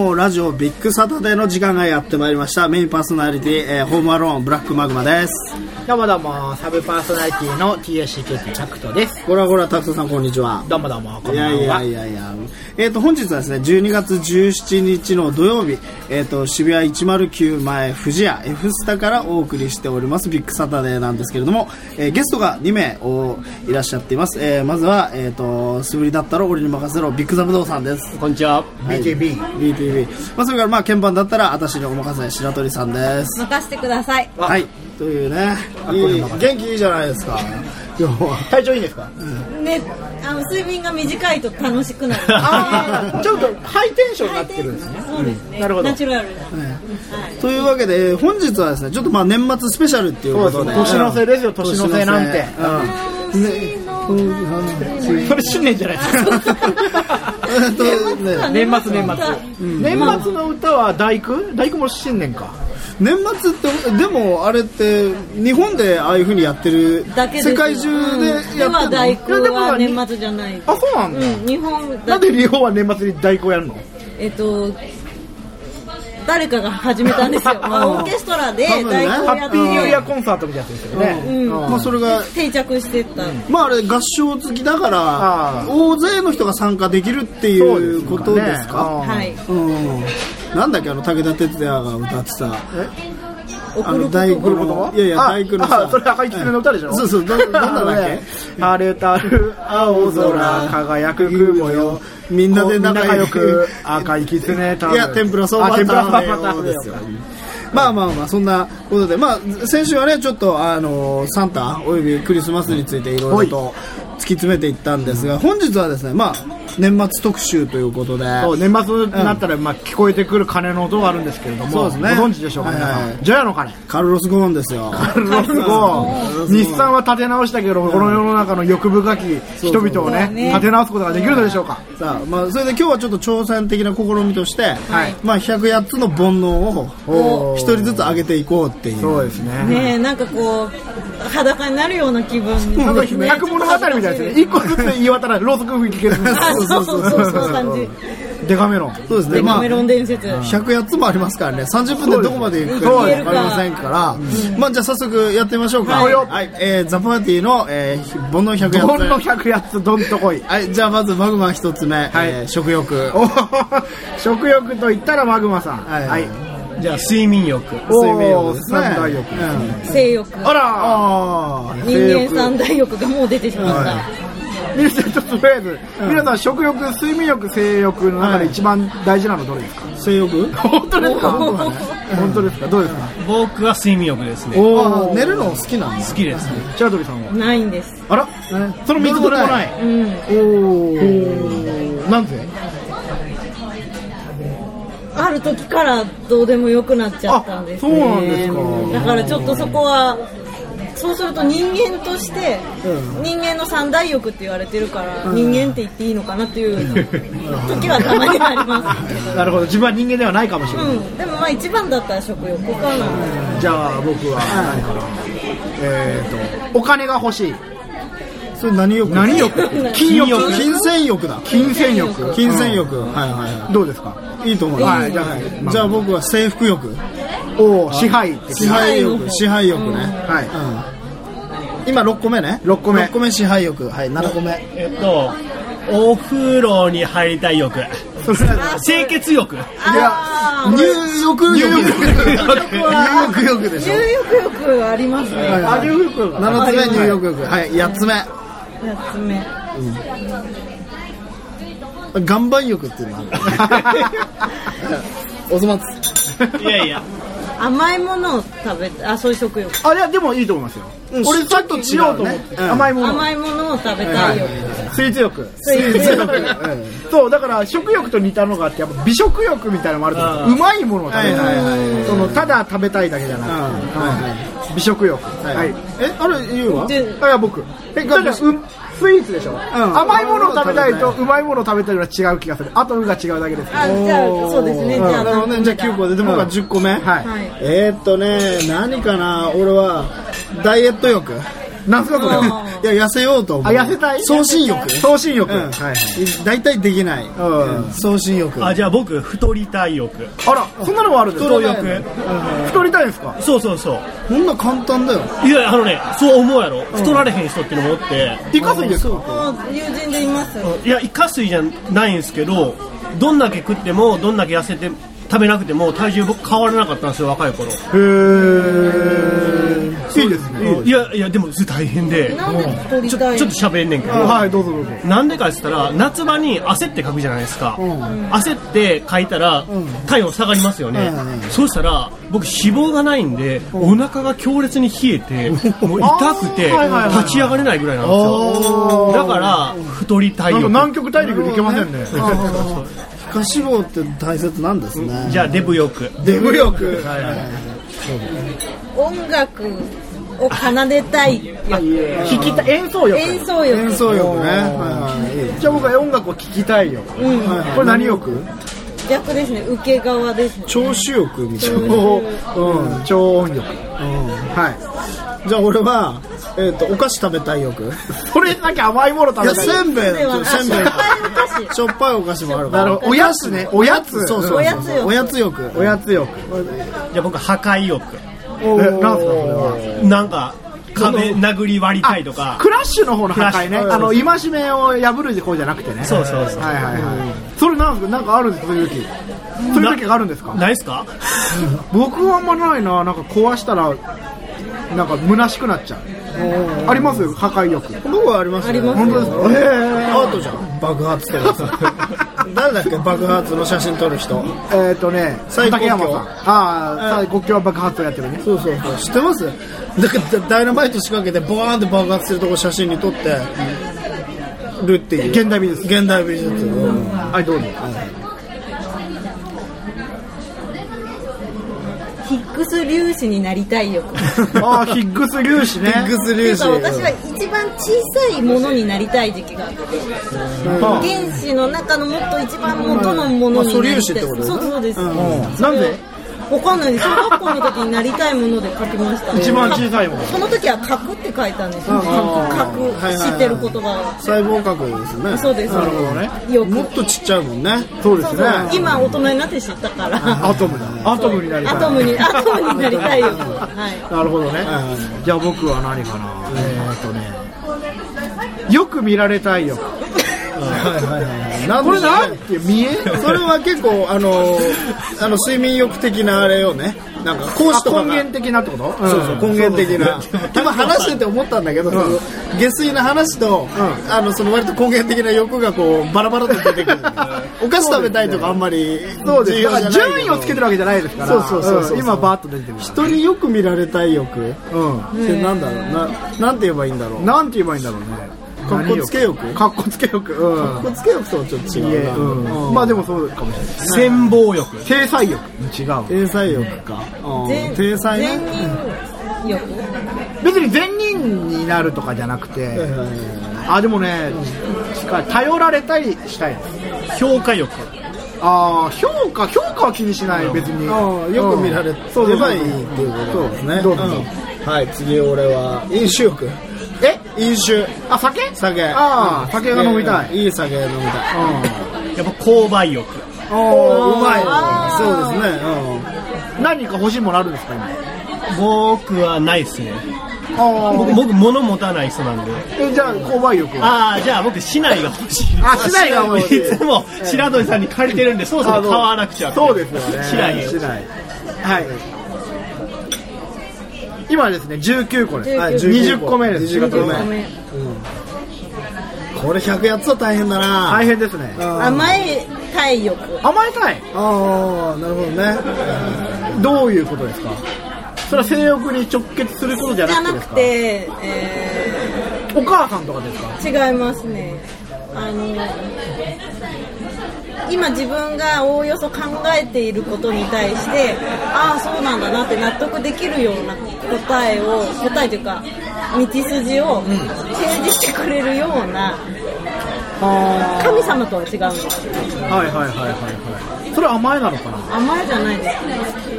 もラジオビッグサタデーの時間がやってまいりました。メインパーソナリティ、ホームアローンブラックマグマです。 どうもどうも、サブパーソナリティの TSCKT タクトです。 こらタクトさんこんにちは。 どうもどうも、こんばんは。 いや、本日はですね、12月17日の土曜日、渋谷109前富士屋 F スタからお送りしておりますビッグサタデーなんですけれども、ゲストが2名いらっしゃっています。まずは、素振りだったら俺に任せろビッグザブドウさんです。 こんにちは。 はい、BTB。それから鍵盤だったら私にお任せ白鳥さんです。 任せてください。 はい。というね、元気いいじゃないですか。 体調いいですか？ ね、睡眠が短いと楽しくなる。 ちょっとハイテンションになってるんですね。 そうですね。 なるほど。 ナチュラルな。 というわけで本日はですね、ちょっと年末スペシャルっていうことで、 年の瀬ですよ、年の瀬なんて。それ新年じゃないですか。年末の歌は第九も新年か。 年末ってでもあれって日本でああいう風にやってる世界中でやってるの？ 今第九は年末じゃない。 あ、そうなんだ。 日本なんで日本は年末に第九やるの？ 誰かが始めたんですよ。オーケストラで大工やって、 ハッピーニューイヤーコンサートみたいなやつですよね。 まあそれが定着してった。 まああれ合唱付きだから大勢の人が参加できるっていうことですか？ はい。 なんだっけ武田鉄矢が歌ってた。 大工の大工のさ、 それ赤い狐の歌でしょ？ そうどんなだっけ？ 晴れたる青空輝く雲よ、 みんなで仲良く赤い狐食べ、 いや天ぷらそば食べですよ。まあそんなことで、先週はねちょっとサンタおよびクリスマスについていろいろと突き詰めていったんですが、本日はですね年末特集ということで、 年末になったら聞こえてくる鐘の音があるんですけれども、 そうですね、 ご存知でしょうか？ジョヤの鐘、 カルロス・ゴーンですよ。 カルロス・ゴーン。日産は立て直したけど、この世の中の欲深き人々をね立て直すことができるのでしょうか？ さあ、それで今日はちょっと挑戦的な試みとして、108つの煩悩を一人ずつ上げていこうっていう。 そうですね。 ね、なんかこう裸になるような気分。 なんか百物語みたいですね。一個ずつ言い渡らろうそく吹いていける。 そう感じ。 デカメロン。 そうですね。 デカメロン伝説。 108つもありますからね。30分でどこまで行くかわかりませんから。じゃあ早速やってみましょうか。はい。ザ・パーティーの煩悩108つ。 煩悩108つどんとこい。 はい。じゃあまずマグマ1つ目。食欲。 食欲と言ったらマグマさん。はい。 じゃあ睡眠欲。 睡眠欲ですね。 三大欲。 性欲。 あら。 人間三大欲がもう出てしまった。 皆さんちょっととりあえず、皆さん食欲、睡眠欲、性欲の中で一番大事なのどれですか？ 性欲？ 本当ですか？本当ですか？どうですか？ 僕は睡眠欲ですね。 寝るの好きなんです。 好きですね。 白鳥さんは？ ないんです。 あら？その水どれもない。なんで？ ある時からどうでもよくなっちゃったんですね。 そうなんですか。 だからちょっとそこはそうすると人間として人間の三大欲って言われてるから人間って言っていいのかなっていう時はたまにありますなるほど、自分は人間ではないかもしれない。 でも一番だったら食欲かな。 じゃあ僕は何かな。お金が欲しい。 それ何欲？ 何欲？金欲。 金銭欲だ。 金銭欲。 金銭欲。はい。 どうですか？ いいと思います。じゃあ僕は征服欲。 支配欲。 支配欲ね。はい。今6個目ね。6個目支配欲。はい。7個目。 お風呂に入りたい欲。清潔欲。いや、入浴欲でしょ。 入浴欲ありますね。 7つ目入浴欲。はい。8つ目。岩盤浴っていうのある。お粗末。 いやいや。 甘いものを食べて、そういう食欲。 いやでもいいと思いますよ。俺さっきしようと思って甘いものを食べたい欲。 スイーツ欲。そうだから食欲と似たのがあってやっぱ美食欲みたいなのもあると思う。うまいものを食べたい。そのただ食べたいだけじゃなくて美食欲。はい。 あれ言うわ。 いや僕。スイーツでしょ。甘いものを食べたいとうまいものを食べたいのは違う気がする。あとが違うだけです。 じゃあそうですね。じゃあ 9個で僕は10個目。何かな。俺はダイエット欲。 なんすかそれは。 いや、痩せようと思う。 痩せたい。 送信欲。 送信欲。 大体できない。送信欲。 じゃあ僕太りたい欲。 あら、そんなのもあるんですか。 太欲。 太りたいんですか。 そうそうそう。 こんな簡単だよ。 いやそう思うやろ。太られへん人っていうのもおって。 イカ水ですか。 友人でいます。 いやイカ水じゃないんですけど、どんだけ食ってもどんだけ痩せて食べなくても体重僕変わらなかったんですよ、若い頃。 いいですね。 いやでも大変で。 なんで太りたい。 ちょっと喋れんねんけど。 はい、どうぞどうぞ。 なんでかって言ったら、夏場に汗って書くじゃないですか。汗って書いたら体温下がりますよね。そうしたら僕脂肪がないんでお腹が強烈に冷えてもう痛くて立ち上がれないぐらいなんですよ。だから太りたいよ。 南極大陸でいけませんね。 皮下脂肪って大切なんですね。 じゃあデブ欲。 デブ欲。 音楽を奏でたい。 弾きたい。演奏欲。 演奏欲。 演奏欲ね。 じゃあ僕は音楽を聴きたいよ。これ何欲？ 逆ですね。受け側ですね。 聴取欲みたいな。 超音欲。 はい。じゃあ俺はお菓子食べたい欲。 それだけ甘いもの食べたい。 せんべい。しょっぱいお菓子もあるから。 おやつね。おやつ。 そうそう。おやつ欲。 おやつ欲。 じゃあ僕破壊欲。 なんすかそれは。 なんか壁殴り割りたいとか。 クラッシュの方の破壊ね。戒めを破る方じゃなくてね。 そうそうそう。 はいはいはい。それなんすか。なんかあるんですかそういう時。そういう時があるんですか。 ないですか。 僕はあんまないな。なんか壊したらなんか虚しくなっちゃう。ありますよ破壊欲。 僕はありますね。 本当ですか。 アートじゃん。爆発とか。誰だっけ爆発の写真撮る人。 最高山さん。最高級は爆発をやってるね。 そうそうそう。知ってます？だからダイナマイト仕掛けてボーンって爆発するとこ写真に撮ってるっていう。 現代美術。 現代美術。 はいどうぞ。 ヒッグス粒子になりたい欲。 ヒッグス粒子ね。 ヒッグス粒子。 私は一番小さいものになりたい時期があって、原子の中のもっと一番元のものになりたい。 素粒子ってことですね。 そうです。 なんで？ わかんないです。小学校の時になりたいもので書きました。 一番小さいもの。 その時は核って書いたんですよ。核知ってる言葉。 細胞核ですね。 そうです。 なるほどね。 もっとちっちゃいもんね。 そうですね。 今大人になって知ったから。 アトムになりたい。 アトムになりたいよ。はい。 なるほどね。じゃあ僕は何かな。よく見られたいよ。これなんて見それは結構睡眠欲的なあれよね。なんか講師とか根源的なってこと？ そうそう根源的な。今話してて思ったんだけど、下水な話とその割と根源的な欲がこうバラバラと出てくる。お菓子食べたいとかあんまりそうです。だから順位をつけてるわけじゃないですから。そう今バーッと出てる。 人によく見られたい欲。ってなんだろうなんて言えばいいんだろう。 なんて言えばいいんだろうね。 かっこつけ欲。 かっこつけ欲。 かっこつけ欲とはちょっと違うな。 まあでもそうかもしれない。 戦望欲。 体裁欲。違う。 体裁欲か。体裁ね。 善人欲。 別に善人になるとかじゃなくて、でもね、頼られたりしたい。 評価欲。 評価は気にしない別に。 よく見られればいいっていうことですね。はい、次俺は飲酒欲。飲酒。 酒？ 酒が飲みたい。 いい酒飲みたい。 やっぱ購買欲。 うまい。そうですね。 何か欲しいものあるんですか今？ 僕はないっすね。僕物持たない人なんで。 じゃあ購買欲。 じゃあ僕市内が欲しい。 市内が欲しい。 いつも白鳥さんに借りてるんで、そろそろ買わなくちゃ。 そうですよね。 市内。 はい。今ですね19個です。20個目です。20個目。 これ100やつは大変だな。 大変ですね。 甘えたい欲。 甘えたい。 なるほどね。 どういうことですか？それは性欲に直結することじゃなくてお母さんとかですか？違いますね。今自分がおおよそ考えていることに対してそうなんだなって納得できるような答えというか道筋を提示してくれるような神様とは違うんですよ。 はいはいはいはいはい。それ甘えなのかな。 甘えじゃないですね。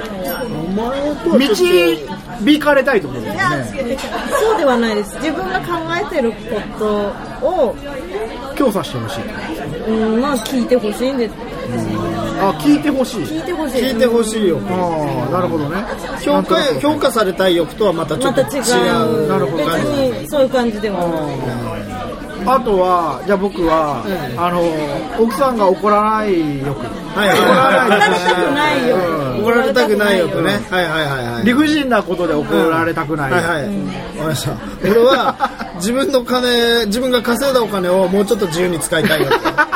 導かれたいところですね。 そうではないです。自分が考えてることを強化してほしい。 まあ聞いてほしいんです。 聞いてほしい。 聞いてほしいよ。 なるほどね。 評価されたい欲とはまたちょっと違う。 なるほど。 別にそういう感じではない。 あとはじゃあ僕は、奥さんが怒らない欲。 怒られたくない欲。 怒られたくない欲ね。はいはいはい。 理不尽なことで怒られたくない。 はいはい。わかりました。俺は自分が稼いだお金をもうちょっと自由に使いたいよ。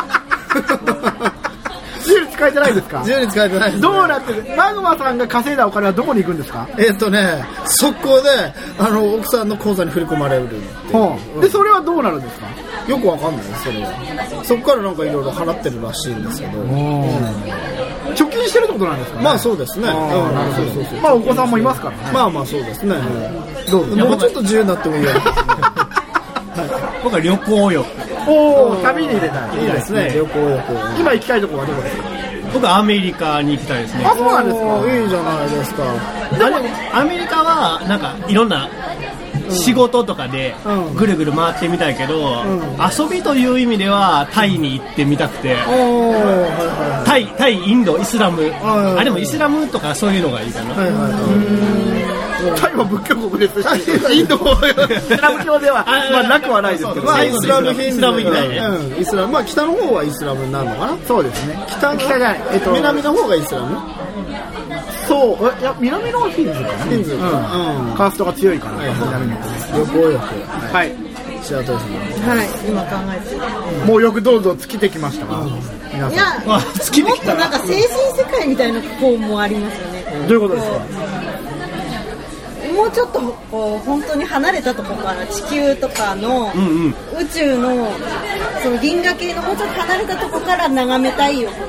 自由に使えてないですか？ 自由に使えてないです、ね。 どうなってる？マグマさんが稼いだお金はどこに行くんですか？ 速攻で奥さんの口座に振り込まれる。 でそれはどうなるんですか？ よくわかんないですそれは。そこからなんかいろいろ払ってるらしいんですけど。 貯金してるってことなんですかね？ まあそうですね。 まあお子さんもいますからね。 まあまあそうですね。 どうぞ。 もうちょっと自由になってもいいよ。 僕は旅行欲。 旅に入れたい。 いいですね。旅行欲。 今行きたいところはどこですか？ 僕はアメリカに行きたいですね。 そうなんですか？ いいじゃないですか。 でもアメリカはなんかいろんな仕事とかでぐるぐる回ってみたいけど、遊びという意味ではタイに行ってみたくて、タイ、インド、イスラム、でもイスラムとかそういうのがいいかな。 タイは仏教国ですし、インドもイスラム教ではなくはないですけど、 イスラムみたいね。イスラム、北の方はイスラムになるのかな。 そうですね。北じゃない、 南の方がイスラム。 そう、いや南のヒンズーかな。カーストが強いから。南の旅行欲。 はい。 白鳥さん。 はい、今考えてる。 もうよくどうぞ尽きてきましたが。 いや、もっとなんか精神世界みたいな方もありますよね。 どういうことですか？ もうちょっとこう本当に離れたところから地球とかの宇宙のその銀河系のもうちょっと離れたところから眺めたいよ。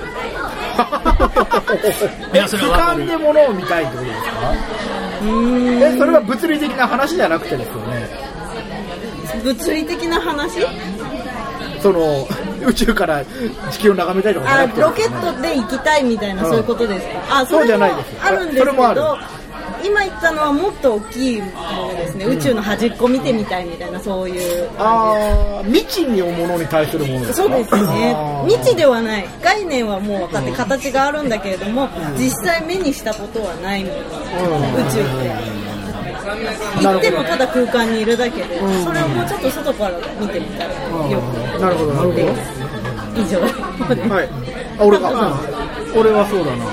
俯瞰で物を見たいってことですか？それは物理的な話じゃなくてですよね。 物理的な話？ その宇宙から地球を眺めたいとかじゃなくて、 ロケットで行きたいみたいな、そういうことですか？ そうじゃないです。 あるんですけど、今言ったのはもっと大きいものですね。宇宙の端っこ見てみたいみたいな、そういう未知のものに対するものですか？ そうですね。未知ではない、概念はもう分かって形があるんだけれども、実際目にしたことはないもの、宇宙って行ってもただ空間にいるだけで、それをもうちょっと外から見てみたらよく。 なるほどなるほど。 以上。 はい。俺はそうだな。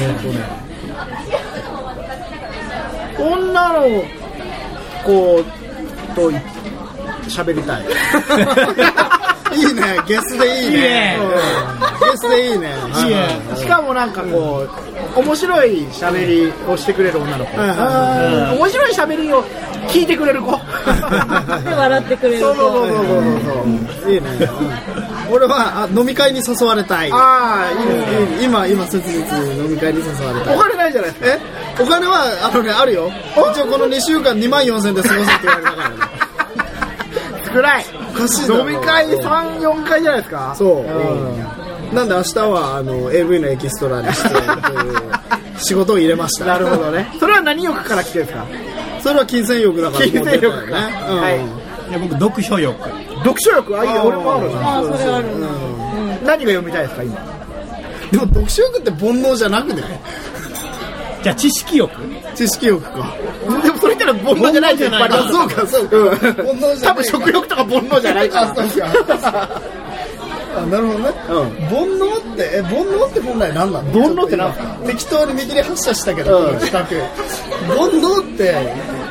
女の子と喋りたい。 いいね、ゲスでいいね。ゲスでいいね。 しかもなんかこう面白い喋りをしてくれる女の子。面白い喋りを聞いてくれる子。 で笑ってくれる子。 そう。 いいね。俺は飲み会に誘われたい。 いいね。 今切実飲み会に誘われたい。 お金ないじゃないですか。 お金はあるよ。一応この2週間24,000で過ごせって言われたからね。 少ない。 おかしいだろ。 飲み会 3,4 回じゃないですか。 そう。なんで明日はAV のエキストラにして仕事を入れました。 なるほどね。それは何欲から来てるんですか？ それは金銭欲だから。 金銭欲か。はい。 僕読書欲。 読書欲、俺もある。 それある。 何が読みたいですか今？ でも読書欲って煩悩じゃなくね？ じゃあ知識欲か。 でもそれってのは煩悩じゃないっていっぱいあります。 そうか。煩悩じゃない。 多分食欲とか煩悩じゃないから。 そうか。なるほどね。煩悩って本来何なの？ 煩悩って何ですか？ 適当に見切り発車したけど、企画。煩悩って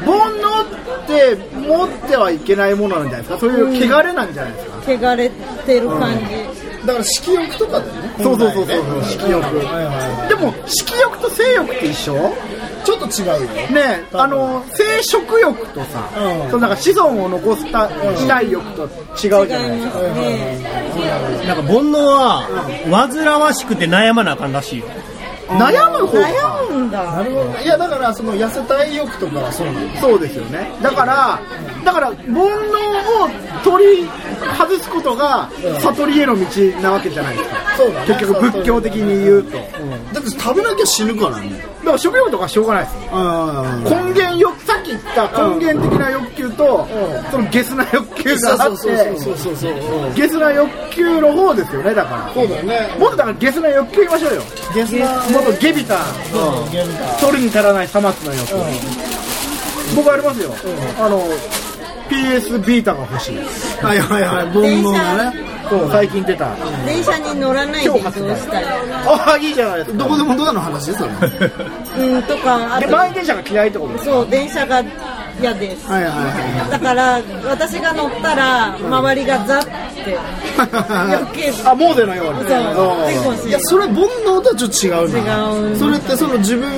持ってはいけないものなんじゃないですか？そういう汚れなんじゃないですか？ 汚れてる感じ。 だから色欲とかだよね。 そう。色欲。でも色欲と性欲って一緒？ ちょっと違うよ。 ね、生殖欲とさ、そのなんか子孫を残したい欲と違うじゃないですか。 なんか煩悩は煩わしくて悩まなあかんらしいよ。 悩むんだ。 なるほど。いやだからその痩せたい欲とかはそうなんだ。 そうですよね。だから煩悩を取り外すことが悟りへの道なわけじゃないですか。 そうだね、 結局仏教的に言うと、 だって食べなきゃ死ぬからね。 だから食欲とかしょうがないですよ。根源欲、さっき言った根源的な欲求と、そのゲスな欲求があって、ゲスな欲求の方ですよね。だからそうだよね。 もっとだからゲスな欲求言いましょうよ。ゲスな、もっとゲビタ、取るに足らないさまつの欲求、僕ありますよ。PS ビータが欲しい。 はいはいはい、煩悩がね。 そう最近出た。 電車に乗らないでどうしたい。 ああ、いいじゃないですか。 どこでもドアの話ですよね。 とか、あと満員電車が嫌いってことですか。 そう電車が嫌です。 はいはいはい。 だから私が乗ったら周りがザッて余計あ、モーゼのように。 そう。 いや、それ煩悩とはちょっと違うな。 違う。 それってその自分、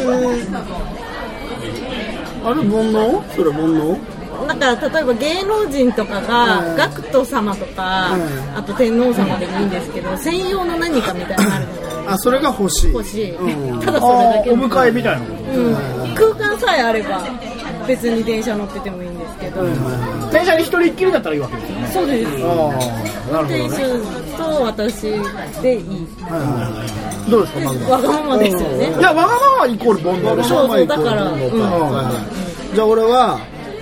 あれ煩悩？それ煩悩？ なんか例えば芸能人とかがガクト様とか、あと天皇様でもいいんですけど、専用の何かみたいになるじゃないですか。 あ、それが欲しい。 欲しい。ただそれだけ。 お迎えみたいなこと。 空間さえあれば別に電車乗っててもいいんですけど。 電車に一人っきりだったらいいわけですよね。 そうです。 なるほどね。 店主と私でいい。 どうですか。 わがままですよね。 いや、わがままイコール煩悩でしょ。 そうだから。 じゃあ俺は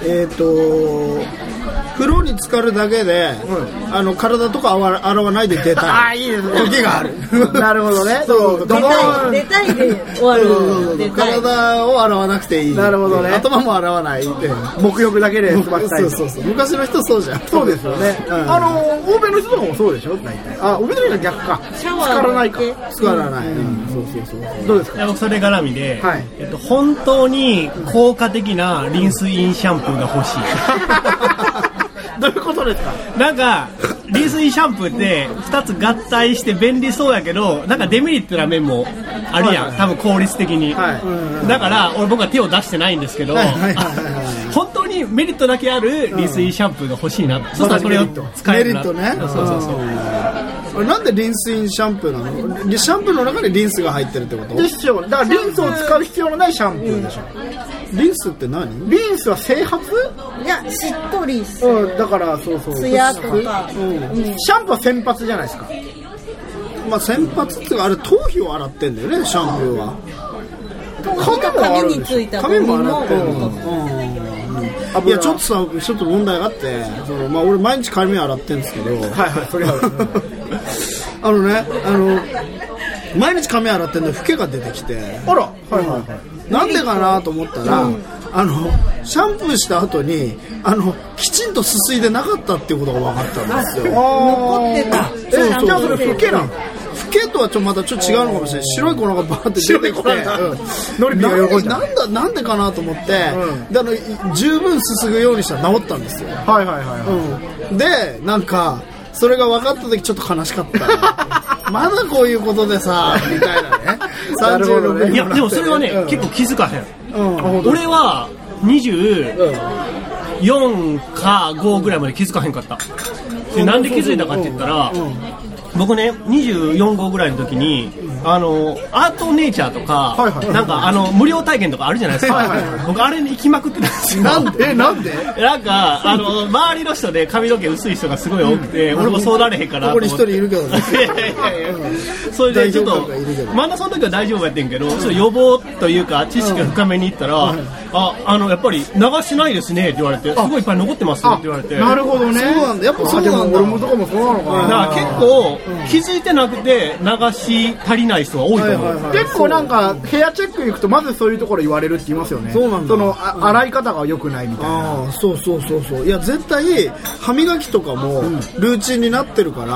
風呂に浸かるだけで、体とか洗わないで出たい。 ああ、いいですね。 時がある。 なるほどね。 出たいで終わる。 体を洗わなくていい。 なるほどね。 頭も洗わないって。 沐浴だけで済ませたい。 そう。昔の人そうじゃん。 そうですよね。欧米の人とかもそうでしょ、大体。あ、欧米の人は逆か。 シャワー浸からないか。 浸からない。 どうですか。 それ絡みで、本当に効果的なリンスインシャンプーが欲しい。 どういうことですか。 なんかリンスインシャンプーって2つ合体して便利そうやけど、なんかデメリットな面もあるやん、多分効率的に。だから僕は手を出してないんですけど、本当にメリットだけあるリンスインシャンプーが欲しいな。そしたらそれを使えるな。 メリットね。そう。なんでリンスインシャンプーなの？シャンプーの中にリンスが入ってるってこと？ でしょ。だからリンスを使う必要のないシャンプーでしょ。 リンスって何？ リンスは整髪？ いや、しっとりする。だからそう。 ツヤとか。 シャンプーは洗髪じゃないですか。 まあ洗髪っていうかあれ頭皮を洗ってんだよね、シャンプーは。 髪についた髪も洗ってるの。いやちょっと問題があって、まあ俺毎日髪洗ってるんですけど、 それは毎日髪洗ってんのにフケが出てきて、なんでかなと思ったら、シャンプーした後にきちんとすすいでなかったっていうことが分かったんですよ。 残ってた。 じゃあそれフケなの？ フケとはまたちょっと違うのかもしれない。白い粉がバーって出てきて、 ノリピーが喜んだ。 なんでかなと思って、十分すすぐようにしたら治ったんですよ。で、なんかそれが分かった時ちょっと悲しかった。まだこういうことでさみたいなね。36。 いやでもそれはね、結構気づかへん。俺は24か5ぐらいまで気づかへんかった。でなんで気づいたかって言ったら、僕ね24号ぐらいの時にアートネイチャーとか、なんか無料体験とかあるじゃないですか。僕あれに行きまくってたんですよ。 なんでなんか周りの人で髪の毛薄い人がすごい多くて、俺もそうなれへんかなと思って。 ここに一人いるけどね。 それでちょっとまだその時は大丈夫やってんけど、それ予防というか知識が深めにいったら、やっぱり流してないですねって言われて、すごいいっぱい残ってますって言われて。 なるほどね。 そうなんだ。やっぱそうなんだ。 俺もとかもそうなのかな。 だから結構気づいてなくて流し足りない人が多いと思う。 結構なんかヘアチェック行くとまずそういうところ言われるって言いますよね。 そうなんだ。 洗い方が良くないみたいな。 そう。いや絶対歯磨きとかもルーチンになってるから、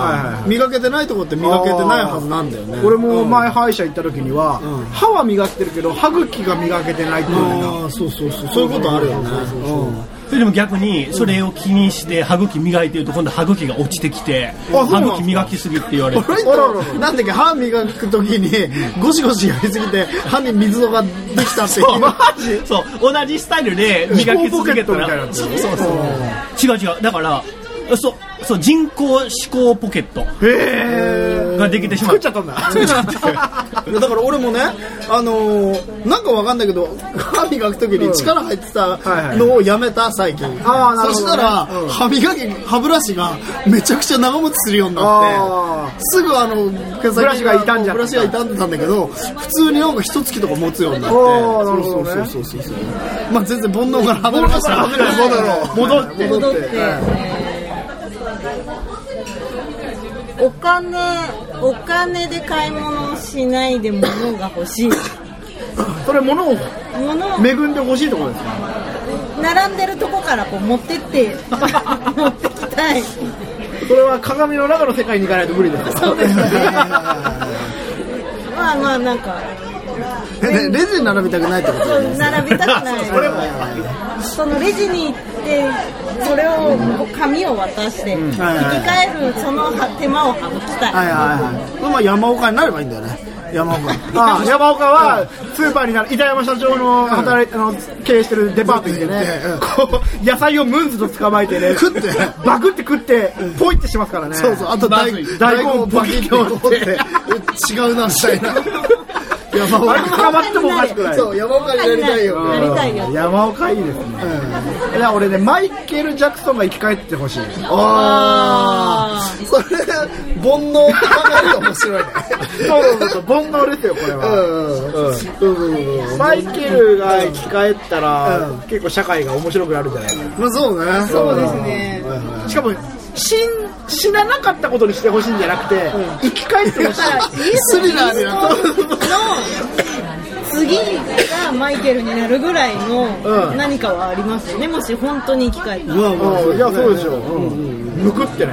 磨けてないとこって磨けてないはずなんだよね。 俺も前歯医者行った時には、歯は磨ってるけど歯茎が磨けてないっていうの。 そういうことあるよね。 それでも逆にそれを気にして歯茎磨いてると今度歯茎が落ちてきて、歯茎磨きすぎって言われて、 なんだっけ、歯磨く時にゴシゴシやりすぎて歯に水ができたっていう。 そう同じスタイルで磨き続けたら、そう違うだからそう人工指向ポケットができてしまう。 作っちゃったんだ。 だから俺もね、なんかわかんないけど歯磨くときに力入ってたのをやめた最近。そしたら歯ブラシがめちゃくちゃ長持ちするようになって、すぐブラシが傷んじゃった。 ブラシが傷んでたんだけど、普通になんか1月とか持つようになって。そう。まあ全然煩悩から離れました。 戻って。 お金で買い物をしないで物が欲しい。 それ物を恵んで欲しいところですか？ 並んでるとこからこう持ってきたい。 それは鏡の中の世界に行かないと無理ですよ。 そうですね。まあなんかレジに並びたくないってことだね。 並びたくない。そのレジに行ってそれを紙を渡して引き換えるその手間を省きたい。 まあ山岡になればいいんだよね。山岡はスーパーに板山社長の経営してるデパートにね、こう野菜をムンズと捕まえてね、バクって食ってポイってしますからね。 そうあと大根をバキッと取って違うなみたいな。山岡捕まってもおかしくない。 そう山岡になりたいよ。 山岡いいですね。いや俺ねマイケル・ジャクソンが生き返ってほしい。 それ煩悩を考えると面白いね。 そう煩悩ですよこれは。マイケルが生き返ったら結構社会が面白くなるんじゃないかな。 まあそうね。 そうですね。 しかも死ななかったことにしてほしいんじゃなくて、生き返ってほしい。 スリラーでやる次がマイケルになるぐらいの何かはありますよね。もし本当に生き返ったら。 いやそうでしょ。むくってね。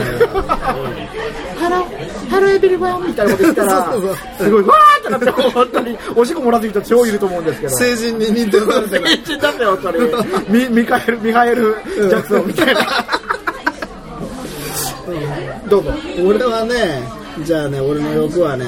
ハローエビリバンみたいなこと言ったらすごいわーってなって本当におしっこ漏らす人超いると思うんですけど。 成人に認定されてる。 成人だったよ本当に。ミハエル・ジャクソンみたいな。どうぞ。 俺はね、じゃあね、俺の欲はね、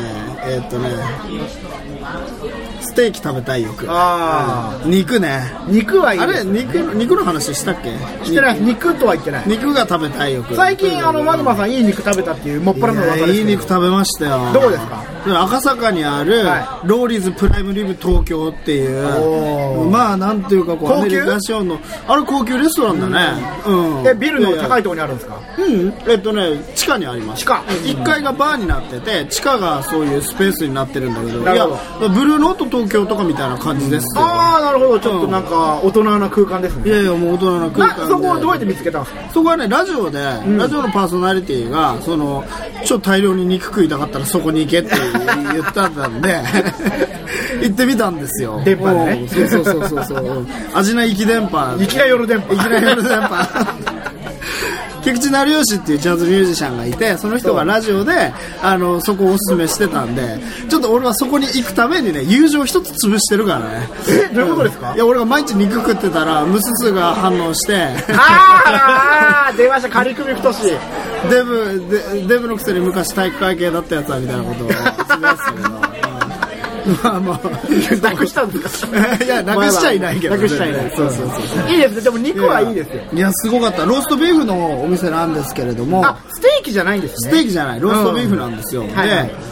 ステーキ食べたい欲。肉ね。 肉はいい。 あれ肉の話したっけ？ してない。肉とは言ってない。 肉が食べたい欲。 最近マグマさんいい肉食べたっていうもっぱらの噂です。 いい肉食べましたよ。 どこですか？ 赤坂にあるローリーズプライムリブ東京っていう、まあなんていうかこうアメリカションのあれ高級レストランだね。 ビルの高いところにあるんですか？ 地下にあります。 地下。 1階がバーになってて、地下がそういうスペースになってるんだけど、いやブルーノート東京とかみたいな感じですけど。 なるほど。ちょっとなんか大人な空間ですね。 いやもう大人な空間で。 そこをどうやって見つけたんですか？ そこはねラジオのパーソナリティがちょっと大量に肉食いたかったらそこに行けって言ったんで行ってみたんですよ。 電波でね。 そう味な息電波。 息な夜電波。 菊池成吉っていうジャズミュージシャンがいて、その人がラジオでそこをおすすめしてたんで、ちょっと俺はそこに行くためにね友情一つ潰してるからね。 どういうことですか？ いや俺が毎日肉食ってたらムススが反応して出ました。仮組太しデブのくせに昔体育会系だったやつはみたいなことをつぶやいてたけどまあなくしたんですか？ いやなくしちゃいないけど、 なくしちゃいない。そういいですね。でも肉はいいですよ。 いやすごかった。ローストビーフのお店なんですけれども、 ステーキじゃないんですね。 ステーキじゃない、ローストビーフなんですよ。で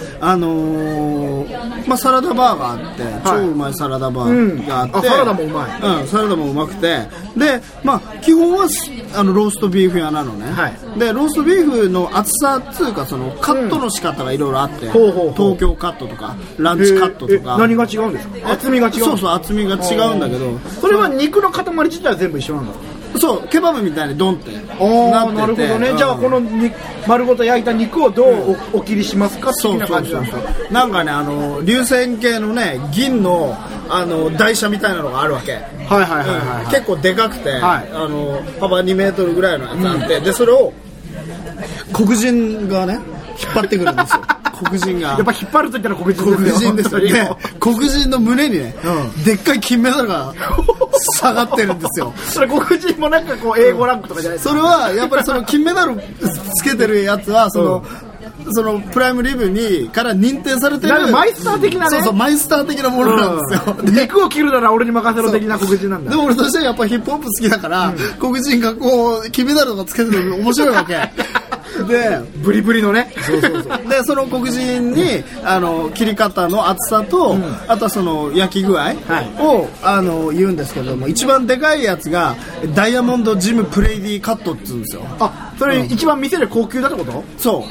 サラダバーがあって、超うまいサラダバーがあって、 サラダもうまい。 サラダもうまくて、で基本はローストビーフ屋なのね。でローストビーフの厚さっていうかそのカットの仕方がいろいろあって、東京カットとかランチカットとか。 何が違うんですか？厚みが違う。 そう厚みが違うんだけど、 それは肉の塊自体は全部一緒なんだ。 そうケバブみたいにドンってなってて。 なるほどね。じゃあこの丸ごと焼いた肉をどうお切りしますか的な感じなんですか？ なんかね流線形のね銀の台車みたいなのがあるわけ。結構でかくて、幅2メートルぐらいのやつあって、でそれを黒人がね引っ張ってくるんですよ。黒人がやっぱ引っ張ると言ったら黒人ですよね。黒人の胸にね、でっかい金メダルが下がってるんですよ。 それ黒人もなんかこう英語ランクとかじゃないですか？ それはやっぱりその金メダルつけてるやつはそのプライムリブにから認定されてるマイスター的なね、 そうそうマイスター的なものなんですよ、 肉を切るなら俺に任せろ的な黒人なんだ。 でも俺としてはやっぱヒップホップ好きだから、黒人がこう金メダルとかつけてるの面白いわけでブリブリのね、 そうでその黒人に切り方の厚さと、あとはその焼き具合を、言うんですけども、一番でかいやつがダイヤモンドジムプレイディカットって言うんですよ。 あ、それ一番店で高級だってこと？ そう、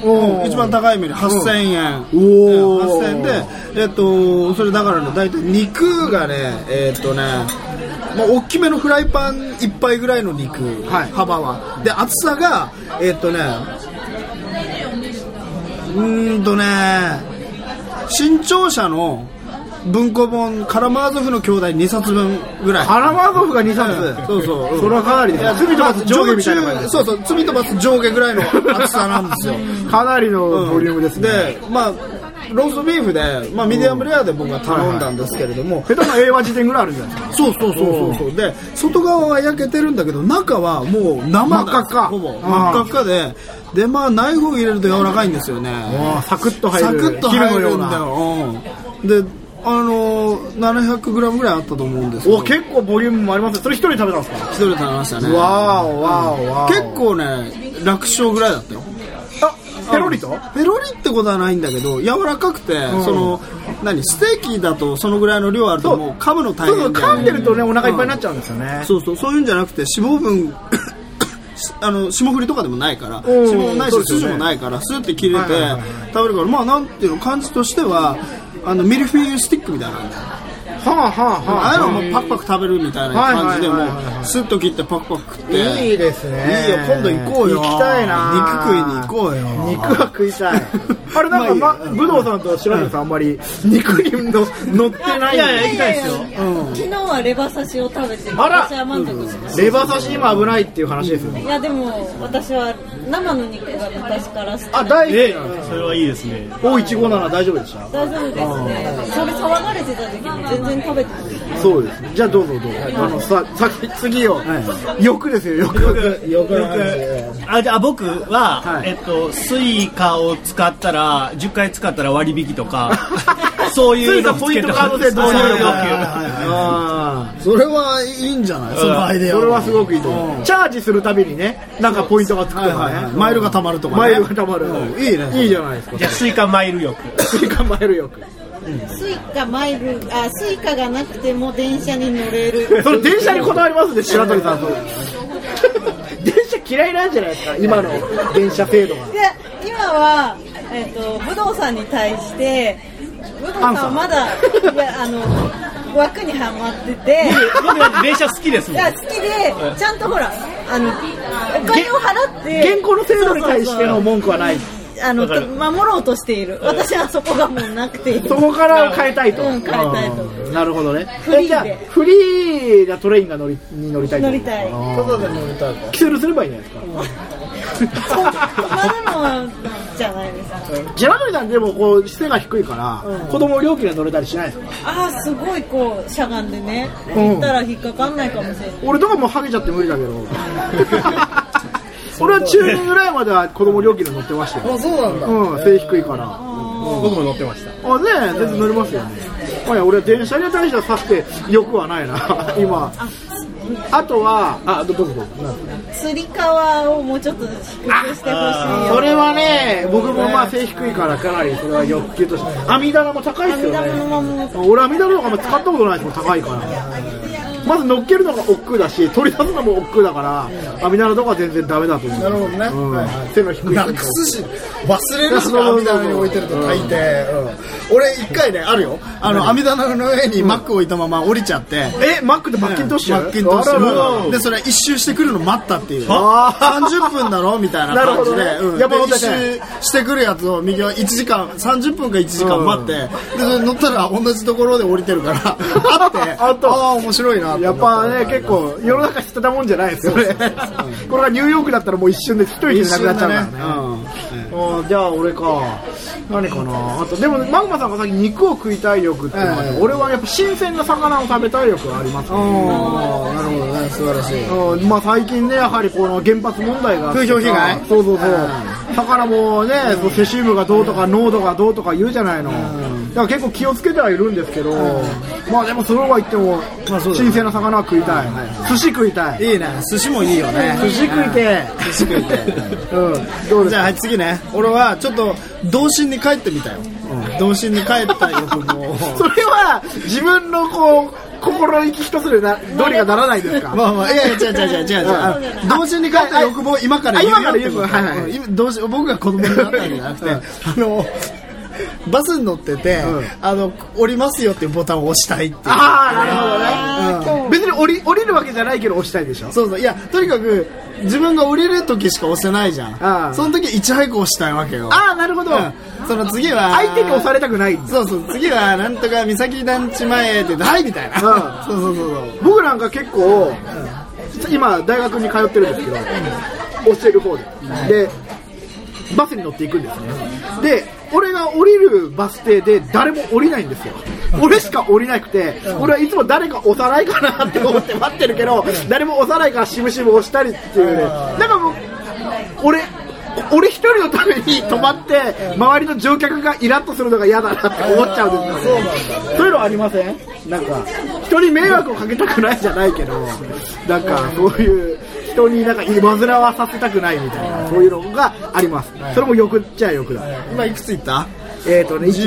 一番高い目に8000円、8000円で、それだからね、大体肉がねまあ、大きめのフライパン1杯ぐらいの肉、幅はで、厚さが新潮社の文庫本カラマーゾフの兄弟2冊分ぐらい。 カラマーゾフが2冊、 そうそう、 それはかなりです。罪と罰上下みたいな感じ。 そうそう、罪と罰上下ぐらいの厚さなんですよかなりのボリュームですね。 で、まあローストビーフで、まあ、ミディアムレアで僕は頼んだんですけれども、 下手な英和辞典ぐらいあるじゃないですか。 そうで、外側は焼けてるんだけど中はもう生真っ赤っか、 ほぼ真っ赤っかで、まあナイフを入れると柔らかいんですよね。 サクッと入る、 サクッと入るんだよ。で700グラムぐらいあったと思うんですけど、 結構ボリュームもあります。それ一人で食べたんですか？ 一人で食べましたね。 わー結構ね楽勝ぐらいだったよ。 ペロリと？ ペロリってことはないんだけど柔らかくて、そのステーキだとそのぐらいの量あるともう噛むの大変で、 噛んでるとねお腹いっぱいになっちゃうんですよね。 そういうんじゃなくて脂肪分霜降りとかでもないから、脂肪もないし筋もないからスーって切れて食べるから、まあなんていうの感じとしてはミルフィーユスティックみたいな感じ。ああいうのもパクパク食べるみたいな感じでもスッと切ってパクパク食って、 いいですね。 いいよ、今度行こうよ。 行きたいな。 肉食いに行こうよ。 肉は食いたい。あれなんか武藤さんと白鳥さんあんまり肉に乗ってない。 いや行きたいですよ。 昨日はレバ刺しを食べて私は満足しました。 レバ刺し今危ないっていう話ですよね。 いやでも私は生の肉が昔から好き。 大好き。 それはいいですね。 O157大丈夫でした？ 大丈夫ですね。それ騒がれてた時も全然食べてました。 そうですね。じゃあどうぞ。次を欲ですよ。欲。 じゃあ僕はスイカを使ったら10回使ったら割引とかそういうのポイントカードで導入要求。それはいいんじゃない？そのアイデア。 それはすごくいいと思う。チャージするたびにね、なんかポイントがつくとかね。 マイルが貯まるとかね。 マイルが貯まる。 いいね。 いいじゃないですか。 じゃあスイカマイル欲。 スイカマイル欲。 スイカがなくても電車に乗れる。 それ電車にこだわりますね、白鳥さん。電車嫌いなんじゃないですか、今の電車制度は。 いや今は武藤さんに対して武藤さんはまだ枠にはまってて。 僕電車好きですもん。 いや好きでちゃんとほらお金を払って現行の制度に対しての文句はない。 守ろうとしている。私はそこがもうなくて、 そこから変えたいと。 変えたいと。 なるほどね。 フリーでフリーなトレインが乗りたい。 乗りたい。 外で乗りたい。 キセルすればいいんじゃないですか。 止まるのじゃないですか。 白鳥さんでもこう背が低いから、子供料金で乗れたりしないですか？ すごいこうしゃがんでね、行ったら引っかかんないかもしれない。 俺とかもうハゲちゃって無理だけど。俺は中2ぐらいまでは子供料金で乗ってましたよ。 そうなんだ。 背低いから。 僕も乗ってました。 全然乗れますよね。俺は電車に対してはさして欲はないな今。あとはどこつり革をもうちょっと低くしてほしいよ。 それはね、僕も背低いからかなりそれは欲求として。網棚も高いですよね。俺網棚とかも使ったことないですもん、高いから。まず乗っけるのが億劫だし、取り出すのも億劫だから網棚とか全然ダメだと思う。 なるほどね。 背の低い。 なくすし忘れるし、網棚に置いてると大抵。俺一回ねあるよ。網棚の上にマック置いたまま降りちゃって。 マックってマッキントッシュ？ マッキントッシュ。でそれ一周してくるの待ったっていう。30分だろみたいな感じで。一周してくるやつを右は1時間30分か1時間待って、で乗ったら同じところで降りてるからあって面白いな。 やっぱね、結構世の中捨てたもんじゃないですよね。これがニューヨークだったらもう一瞬で一人でなくなっちゃうからね。じゃあ俺か何かな。あとでもマグマさんがさっき肉を食いたい欲っていうのはね、俺はやっぱ新鮮な魚を食べたい欲がありますね。 なるほどね、素晴らしい。 最近ねやはりこの原発問題が風評被害。 そう。 魚もね、セシウムがどうとか濃度がどうとか言うじゃないの。だから結構気をつけてはいるんですけど、まあでもそれは言っても新鮮な魚は食いたい。寿司食いたい。 いいね、寿司もいいよね。 寿司食いて。 寿司食いて。 どうですか。 じゃあはい次ね。俺はちょっと童心に帰ってみたよ。童心に帰った欲望。 それは自分のこう心意気一つでどうにかならないですか。 まあまあ、いやいや違う。童心に帰った欲望今から言うよってこと。僕が子供になったんじゃなくて、バスに乗ってて、降りますよっていうボタンを押したいっていう。 ああ、なるほどね。別に降りるわけじゃないけど押したいでしょ。 そうそう。いや、とにかく自分が降りる時しか押せないじゃん。その時いち早く押したいわけよ。 ああ、なるほど。 その次は相手に押されたくない。 そうそう。次はなんとか三崎団地前ってはいみたいな。そう。 僕なんか結構今大学に通ってるんですけど、教える方で。で、バスに乗っていくんですね。で、俺が降りるバス停で誰も降りないんですよ。俺しか降りなくて、俺はいつも誰か押さないかなって思って待ってるけど、誰も押さないからしぶしぶ押したりっていうね。だからもう俺一人のために止まって周りの乗客がイラッとするのが嫌だなって思っちゃうんですよね。そういうのありません？なんか人に迷惑をかけたくないじゃないけど、なんかそういう人になんか煩わさせたくないみたいな、そういうのがあります。それも欲っちゃ欲だ。 今いくついった？ 10、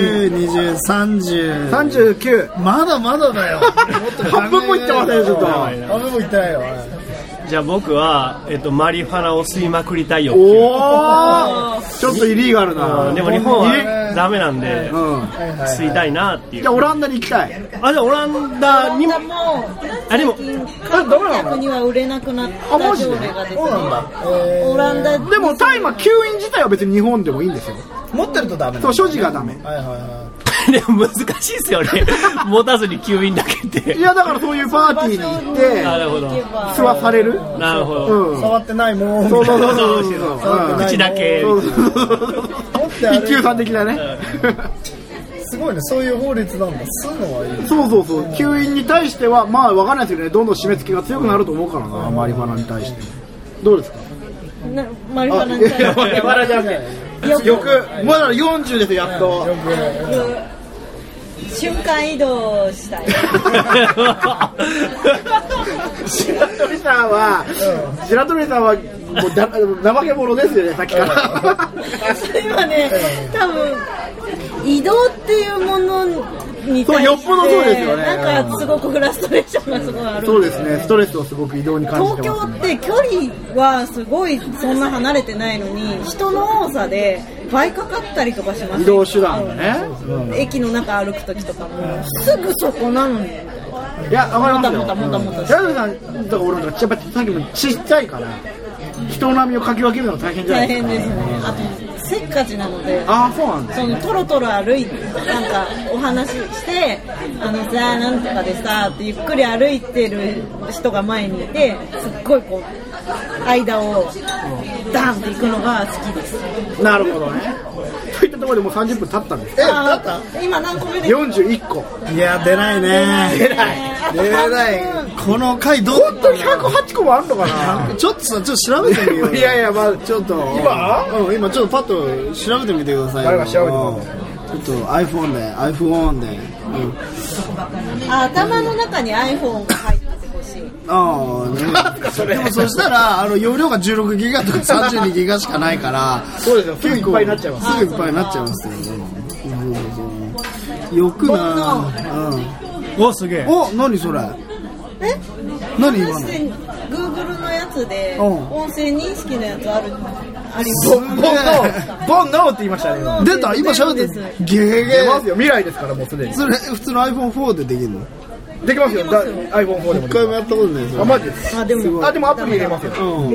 20、20、30、 39。 まだまだだよ。 半分もいってませんよ、ちょっと。 半分もいってないよ。 じゃあ僕は、マリファナを吸いまくりたいよ。 おー、ちょっとイリーガルな。 でも日本はダメなんで、吸いたいなっていう。 じゃあオランダに行きたい。 じゃあオランダにも、 でも観光客には売れなくなった条例がですね。オランダでも大麻吸引自体は別に日本でもいいんですよ。 持ってるとダメ。 そう、所持がダメ。 でも難しいですよね。持たずに吸引だけって。 いやだからそういうパーティーに行って、 なるほど。 吸わされる。 なるほど。 触ってないもん。 そう。 口だけ。 一級さん的なね。 すごいね、そういう法律なんだ。吸うのはいい。 そう。吸引に対してはまあわかんないですけどね、どんどん締め付けが強くなると思うからな、マリファナに対して。どうですか？ マリファナに対して。 まだじゃね。まだ40ですよ、やっと。 瞬間移動したい。 白鳥さんはもう怠け者ですよね、さっきから。 今ね、多分移動っていうものに対してよっぽどそうですよね。 なんかすごくフラストレーションがすごいある。 そうですね、ストレスをすごく移動に感じてますね。 東京って距離はすごいそんな離れてないのに、人の多さで倍かかったりとかします。 移動手段がね。 駅の中歩く時とかもすぐそこなのに。 いや、わかりますよ。 もた。 白鳥さんとか俺なんかやっぱさっきもちっちゃいから。人並みをかき分けるのが大変じゃないですか。 大変ですね。あとせっかちなので、 そうなんです。 そのトロトロ歩いてなんかお話ししてさなんとかでさってゆっくり歩いてる人が前にいて、すっごいこう間をダンって行くのが好きです。 なるほどね。といったところでもう30分経ったんです。 経った？今何個目で ？41個。 いや出ないね。出ない。この回どう？ 本当に108個もあるのかな。 ちょっと調べてみよう。 いやまあちょっと今ちょっとパッと調べてみてください。 誰か調べてみて。 ちょっと iPhone で。 頭の中に iPhone が入っててほしい。 でもそしたら容量が16ギガとか32ギガしかないから、 そうですよ。すぐいっぱいになっちゃいます。 すぐいっぱいになっちゃいますよね。よくな。 おすげえ。 お何それ？何今の ？Google のやつで音声認識のやつあります。 ボンノーって言いましたね。 出た今喋ってゲーゲー出ますよ。未来ですからもうすでに。 それ普通の iPhone4 でできるの？ できますよ。iPhone4 でも。 一回もやったことないですよ。 マジです。でもアプリ入れますよ。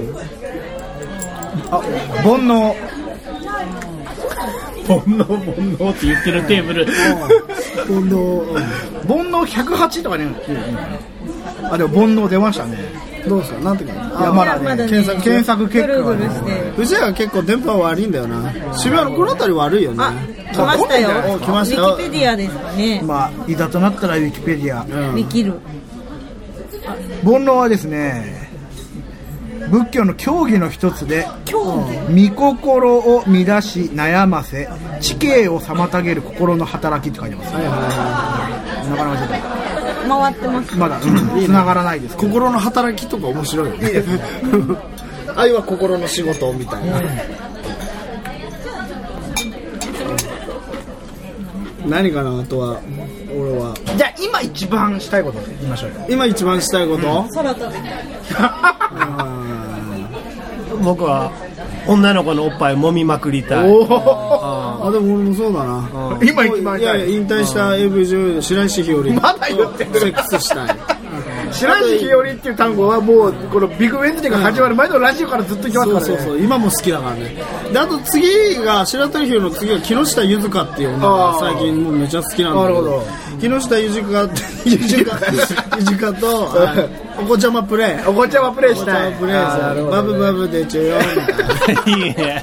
煩悩って言ってるテーブル。 煩悩108とかね。でも煩悩出ましたね。 どうですか？なんていうか。 まだね。検索結果。 藤谷は結構電波悪いんだよな。渋谷のこの辺り悪いよね。 来ましたよ。 来ましたよ。 ウィキペディアですかね。 いざとなったらウィキペディア。 できる。 煩悩はですね、 仏教の教義の一つで、見心を乱し悩ませ知恵を妨げる心の働きって書いてます。なかなかちょっと回ってます。 まだ繋がらないです。 心の働きとか面白いよね。愛は心の仕事みたいな。何かな、あとは俺は。 じゃあ今一番したいこと言いましょうよ。 今一番したいこと？ 空飛びたい。 僕は女の子のおっぱい揉みまくりたい。 あ、でも俺もそうだな。 今一番したい。 いやいや、引退した AV 女優の白石日和。 まだ言ってる。 セックスしたい。 白石日和っていう単語はもうこのビッグウェンズデーが始まる前のラジオからずっと言ってますからね。 そう今も好きだからね。で、あと次が白鳥日和の次は木下ゆずかっていう女が最近もうめちゃ好きなんだけど、木下ゆずかとお子ちゃまプレイしたい。バブバブでちょよみたいな。いいね。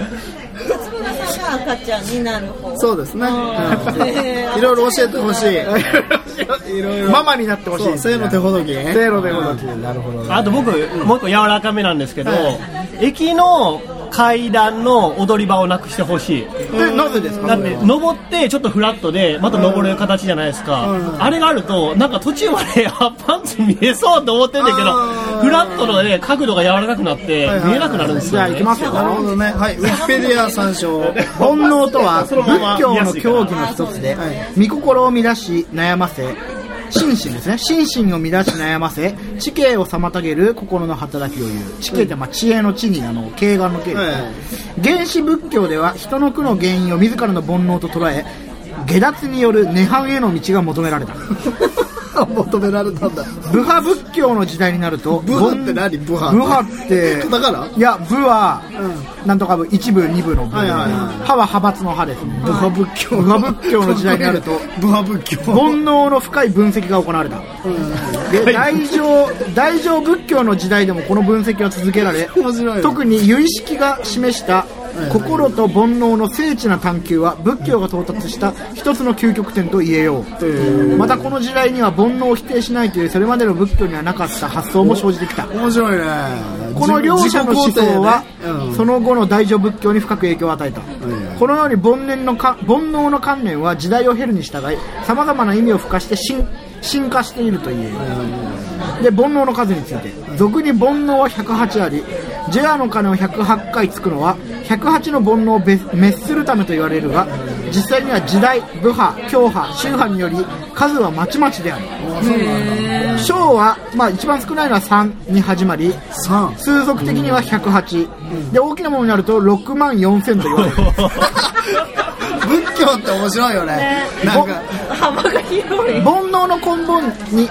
赤ちゃんになる方。 そうですね。いろいろ教えてほしい。いろいろママになってほしい。 性の手ほどき。 性の手ほどき。なるほど。 あと僕もう一個柔らかめなんですけど、駅の階段の踊り場をなくしてほしい。 なぜですか？ だって登ってちょっとフラットでまた登れる形じゃないですか。あれがあるとなんか途中までパンツ見えそうと思ってんだけど、フラットのね角度が柔らかくなって見えなくなるんですよ。 じゃあ行きますよ。 なるほどね。はい。ウィキペディア参照。 煩悩とは仏教の教義の一つで、見心を乱し悩ませ。心身ですね。心身を乱し悩ませ知恵を妨げる心の働きを言う。知恵って知恵の知に慧眼の慧ですね。原始仏教では人の苦の原因を自らの煩悩と捉え、下脱による涅槃への道が求められた。 求められたんだ。 部派仏教の時代になると、 部派って何？部派ってだから？ いや、部は、なんとか部、一部二部の部、派は派閥の派ですね。 部派仏教の時代になると部派仏教煩悩の深い分析が行われた。で、大乗仏教の時代でもこの分析は続けられ、特に由意識が示した心と煩悩の精緻な探求は仏教が到達した一つの究極点と言えよう。またこの時代には煩悩を否定しないというそれまでの仏教にはなかった発想も生じてきた。 面白いね。 この両者の思想はその後の大乗仏教に深く影響を与えた。このように煩悩の観念は時代を経るに従いさまざまな意味を付加して進化していると言える。で、煩悩の数について、俗に煩悩は108あり、除夜の鐘を108回つくのは108の煩悩を滅するためと言われるが、実際には時代、部派、教派、宗派により数はまちまちである。小は、一番少ないのは3に始まり、数俗的には108、で大きなものになると6万4000と言われる。 仏教って面白いよね。なんか幅が広い。 煩悩の根本に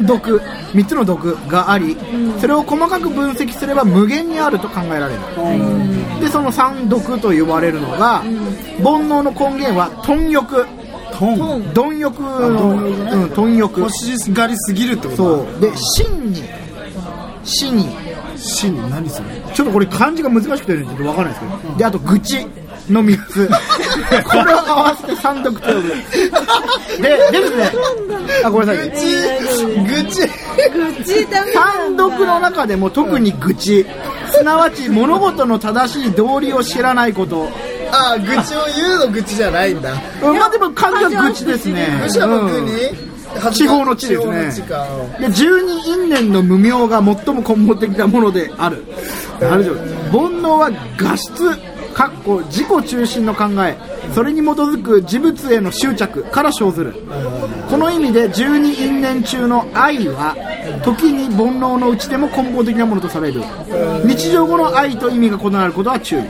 3つの毒があり、それを細かく分析すれば無限にあると考えられる。で、その3毒と呼ばれるのが、煩悩の根源は貪欲。貪欲の貪欲。 欲しがりすぎるってこと。 そうで、死に何それ。 ちょっとこれ漢字が難しくてちょっと分からないですけど、であと愚痴の3つこれを合わせて三毒と呼ぶ。でですね、ごめんなさい。 愚痴三毒の中でも特に愚痴、すなわち物事の正しい道理を知らないこと。 愚痴を言うの愚痴じゃないんだ。 でも漢字は愚痴ですね。 愚痴は僕に地方の地ですね。で、十二因縁の無明が最も根本的なものである。煩悩は画質自己中心の考え、それに基づく事物への執着から生ずる。この意味で十二因縁中の愛は時に煩悩のうちでも根本的なものとされる。日常語の愛と意味が異なることは注意。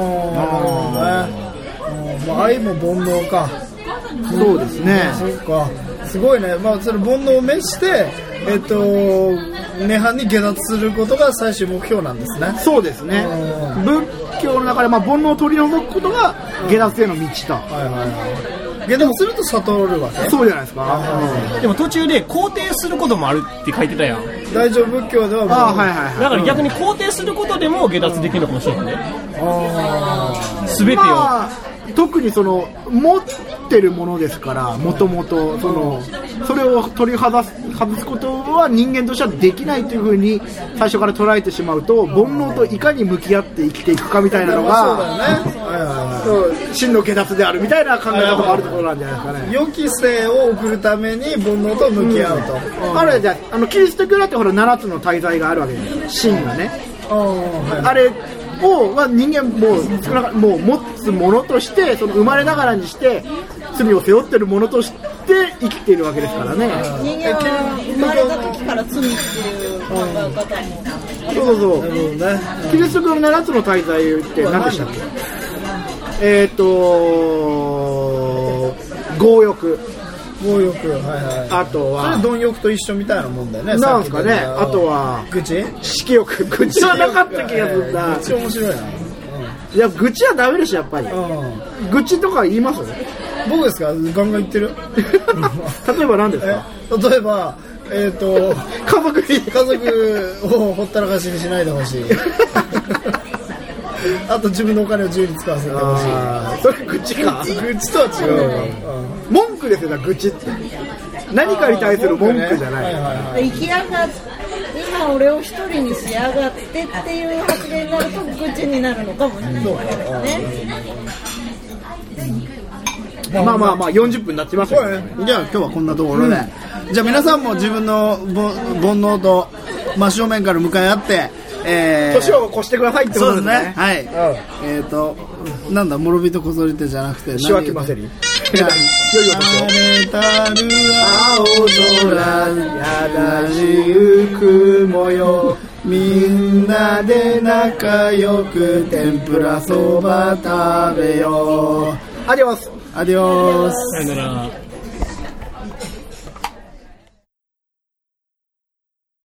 愛も煩悩か。 そうですね。 そうか。すごいね。それ煩悩を滅して涅槃に下脱することが最終目標なんですね。 そうですね。仏教の中で煩悩を取り除くことが下脱への道と。 下脱すると悟るわけ。 そうじゃないですか。 でも途中で肯定することもあるって書いてたやん。 大乗仏教ではだから逆に肯定することでも下脱できるのかもしれないね。全てを。 特に持ってるものですから、もともとそれを取り外かぶすことは人間としてはできないというふうに最初から捉えてしまうと、煩悩といかに向き合って生きていくかみたいなのが真の下脱であるみたいな考え方もあるところなんじゃないですかね。 予期せを送るために煩悩と向き合うと、 あれじゃあキリスト教だってほら7つの大罪があるわけですよ、真がね。あれを人間もう持つものとして、その生まれながらにして罪を背負ってるものとして生きているわけですからね。 人間は生まれた時から罪っていう考え方もそう、キリスト教の7つの大罪って何でしたっけ？強欲、あとは貪欲と一緒みたいなもんだよね。 なんですかね。あとは愚痴、 色欲。愚痴はなかった気がするな。 愚痴面白いな。 いや、愚痴はダメでしょ、やっぱり。愚痴とか言います？ 僕ですか？ガンガン言ってる。 例えば何ですか？ 例えば家族をほったらかしにしないでほしい。あと自分のお金を自由に使わせてほしい。 それ愚痴か。 愚痴とは違う。 文句ですよ、愚痴って。何かに対する文句じゃない。 生きやがって今俺を一人にしやがってっていう発言になると愚痴になるのかもしれないですね。 まあ40分になってますよね。 じゃあ今日はこんなところで、じゃあ皆さんも自分の煩悩と真正面から向かい合って、 年を越してくださいってことですね。 はい。なんだ、諸人こぞりてじゃなくて、 仕分けませり。 晴れたる青空、やだじゆく模様、みんなで仲良く天ぷらそば食べよう。 アディオス。 アディオス。 さよなら。